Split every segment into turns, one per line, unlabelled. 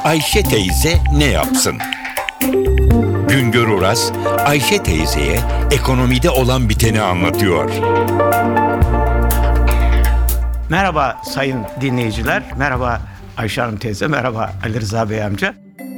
Ayşe teyze ne yapsın? Güngör Oras, Ayşe teyzeye ekonomide olan biteni anlatıyor.
Merhaba sayın dinleyiciler, merhaba Ayşe Hanım teyze, merhaba Ali Rıza Bey amca.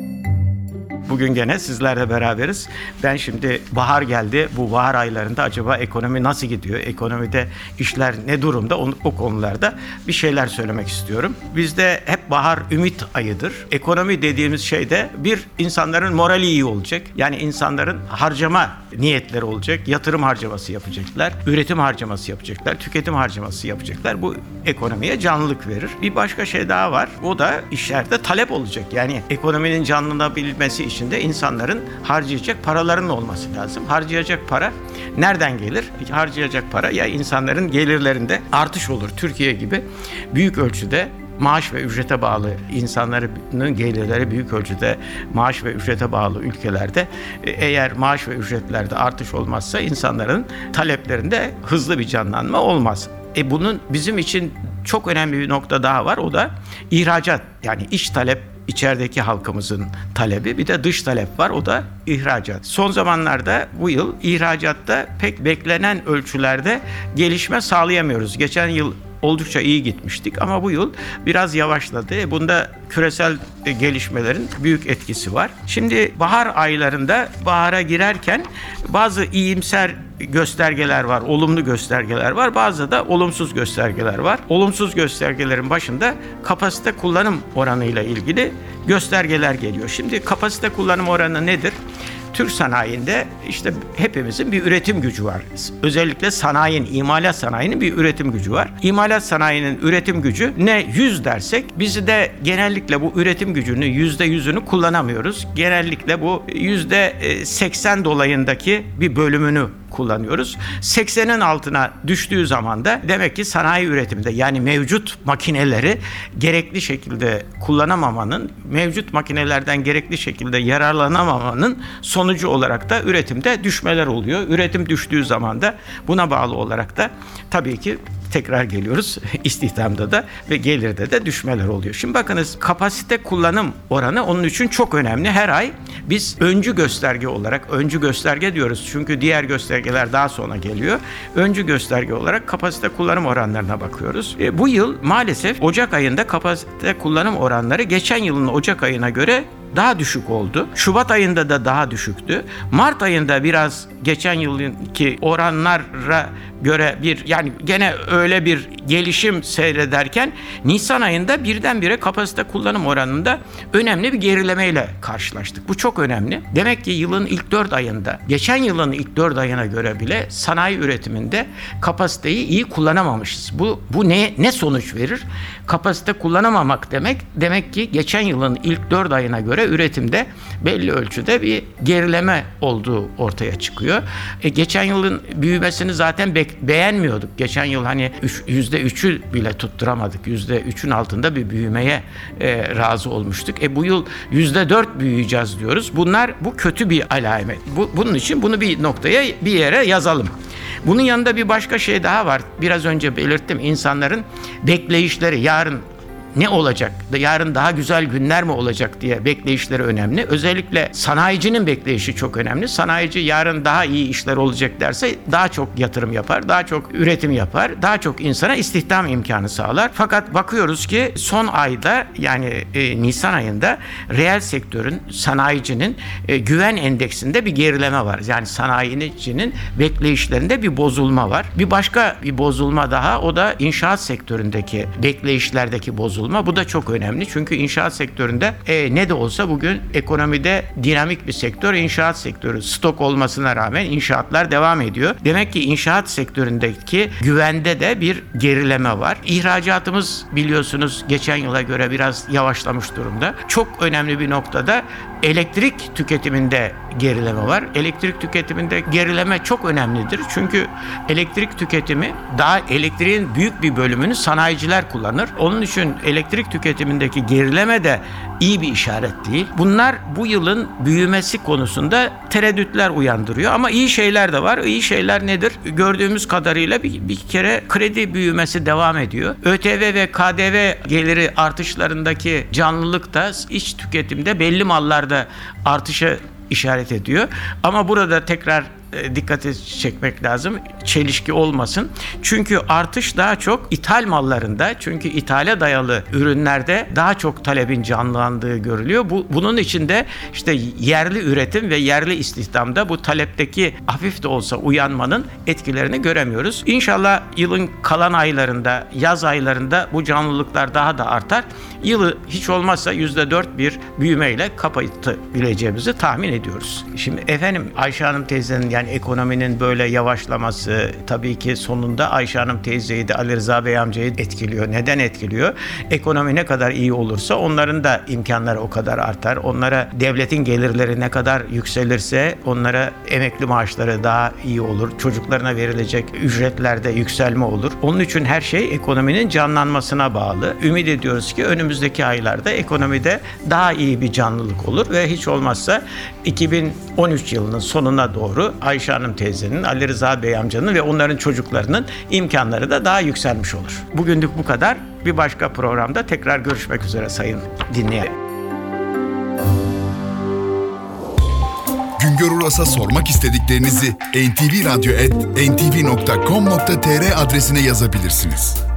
Bugün gene sizlerle beraberiz. Ben şimdi bahar geldi. Bu bahar aylarında acaba ekonomi nasıl gidiyor? Ekonomide işler ne durumda? O konularda bir şeyler söylemek istiyorum. Bizde hep bahar ümit ayıdır. Ekonomi dediğimiz şeyde bir insanların morali iyi olacak. Yani insanların harcama niyetleri olacak. Yatırım harcaması yapacaklar. Üretim harcaması yapacaklar. Tüketim harcaması yapacaklar. Bu ekonomiye canlılık verir. Bir başka şey daha var. O da işlerde talep olacak. Yani ekonominin canlanabilmesi için de insanların harcayacak paraların olması lazım. Harcayacak para nereden gelir? Harcayacak para ya insanların gelirlerinde artış olur. Türkiye gibi büyük ölçüde maaş ve ücrete bağlı insanların gelirleri büyük ölçüde maaş ve ücrete bağlı ülkelerde eğer maaş ve ücretlerde artış olmazsa insanların taleplerinde hızlı bir canlanma olmaz. Bunun bizim için çok önemli bir nokta daha var. O da ihracat. Yani iç talep, içerideki halkımızın talebi, bir de dış talep var, o da ihracat. Son zamanlarda bu yıl ihracatta pek beklenen ölçülerde gelişme sağlayamıyoruz. Geçen yıl oldukça iyi gitmiştik ama bu yıl biraz yavaşladı. Bunda küresel gelişmelerin büyük etkisi var. Şimdi bahar aylarında bahara girerken bazı iyimser göstergeler var, olumlu göstergeler var. Bazı da olumsuz göstergeler var. Olumsuz göstergelerin başında kapasite kullanım oranıyla ilgili göstergeler geliyor. Şimdi kapasite kullanım oranı nedir? Türk sanayinde işte hepimizin bir üretim gücü var. Özellikle imalat sanayinin bir üretim gücü var. İmalat sanayinin üretim gücü ne 100 dersek biz de genellikle bu üretim gücünün %100'ünü kullanamıyoruz. Genellikle bu %80 dolayındaki bir bölümünü kullanıyoruz. 80'in altına düştüğü zaman da demek ki sanayi üretiminde yani mevcut makineleri gerekli şekilde kullanamamanın, mevcut makinelerden gerekli şekilde yararlanamamanın sonucu olarak da üretimde düşmeler oluyor. Üretim düştüğü zaman da buna bağlı olarak da tabii ki tekrar geliyoruz istihdamda da ve gelirde de düşmeler oluyor. Şimdi bakınız kapasite kullanım oranı onun için çok önemli. Her ay biz öncü gösterge diyoruz çünkü diğer göstergeler daha sonra geliyor. Öncü gösterge olarak kapasite kullanım oranlarına bakıyoruz. Bu yıl maalesef Ocak ayında kapasite kullanım oranları geçen yılın Ocak ayına göre daha düşük oldu. Şubat ayında da daha düşüktü. Mart ayında biraz geçen yılki oranlara göre yani gene öyle bir gelişim seyrederken Nisan ayında birdenbire kapasite kullanım oranında önemli bir gerilemeyle karşılaştık. Bu çok önemli. Demek ki yılın ilk 4 ayında, geçen yılın ilk 4 ayına göre bile sanayi üretiminde kapasiteyi iyi kullanamamışız. Bu ne sonuç verir? Kapasite kullanamamak demek ki geçen yılın ilk 4 ayına göre üretimde belli ölçüde bir gerileme olduğu ortaya çıkıyor. Geçen yılın büyümesini zaten beğenmiyorduk. Geçen yıl hani %3'ü bile tutturamadık. %3'ün altında bir büyümeye razı olmuştuk. Bu yıl %4 büyüyeceğiz diyoruz. Bu kötü bir alamet. Bunun için bunu bir noktaya, bir yere yazalım. Bunun yanında bir başka şey daha var. Biraz önce belirttim. İnsanların bekleyişleri, yarın ne olacak? Yarın daha güzel günler mi olacak diye bekleyişleri önemli. Özellikle sanayicinin bekleyişi çok önemli. Sanayici yarın daha iyi işler olacak derse daha çok yatırım yapar, daha çok üretim yapar, daha çok insana istihdam imkanı sağlar. Fakat bakıyoruz ki son ayda yani Nisan ayında reel sektörün, sanayicinin güven endeksinde bir gerileme var. Yani sanayicinin bekleyişlerinde bir bozulma var. Bir başka bir bozulma daha, o da inşaat sektöründeki bekleyişlerdeki bozulma. Bu da çok önemli çünkü inşaat sektöründe ne de olsa bugün ekonomide dinamik bir sektör inşaat sektörü. Stok olmasına rağmen inşaatlar devam ediyor. Demek ki inşaat sektöründeki güvende de bir gerileme var. İhracatımız biliyorsunuz geçen yıla göre biraz yavaşlamış durumda. Çok önemli bir noktada elektrik tüketiminde gerileme var. Elektrik tüketiminde gerileme çok önemlidir. Çünkü elektrik tüketimi, daha elektriğin büyük bir bölümünü sanayiciler kullanır. Onun için elektrik tüketimindeki gerileme de iyi bir işaret değil. Bunlar bu yılın büyümesi konusunda tereddütler uyandırıyor. Ama iyi şeyler de var. İyi şeyler nedir? Gördüğümüz kadarıyla bir kere kredi büyümesi devam ediyor. ÖTV ve KDV geliri artışlarındaki canlılık da iç tüketimde belli mallarda artışa işaret ediyor. Ama burada tekrar dikkati çekmek lazım. Çelişki olmasın. Çünkü artış daha çok ithal mallarında, çünkü ithale dayalı ürünlerde daha çok talebin canlandığı görülüyor. Bunun içinde işte yerli üretim ve yerli istihdamda bu talepteki hafif de olsa uyanmanın etkilerini göremiyoruz. İnşallah yılın kalan aylarında, yaz aylarında bu canlılıklar daha da artar. Yılı hiç olmazsa %4 bir büyümeyle kapatabileceğimizi tahmin ediyoruz. Şimdi efendim Ayşe Hanım teyzenin, yani ekonominin böyle yavaşlaması tabii ki sonunda Ayşe Hanım teyzeyi de Ali Rıza Bey amcayı etkiliyor. Neden etkiliyor? Ekonomi ne kadar iyi olursa onların da imkanları o kadar artar. Onlara devletin gelirleri ne kadar yükselirse onlara emekli maaşları daha iyi olur. Çocuklarına verilecek ücretlerde yükselme olur. Onun için her şey ekonominin canlanmasına bağlı. Ümit ediyoruz ki önümüzdeki aylarda ekonomide daha iyi bir canlılık olur ve hiç olmazsa 2013 yılının sonuna doğru Ayşe Hanım teyzenin, Ali Rıza Bey amcanın ve onların çocuklarının imkanları da daha yükselmiş olur. Bugünlük bu kadar. Bir başka programda tekrar görüşmek üzere sayın dinleyen.
Güngör Uras'a sormak istediklerinizi ntvradyo@ntv.com.tr adresine yazabilirsiniz.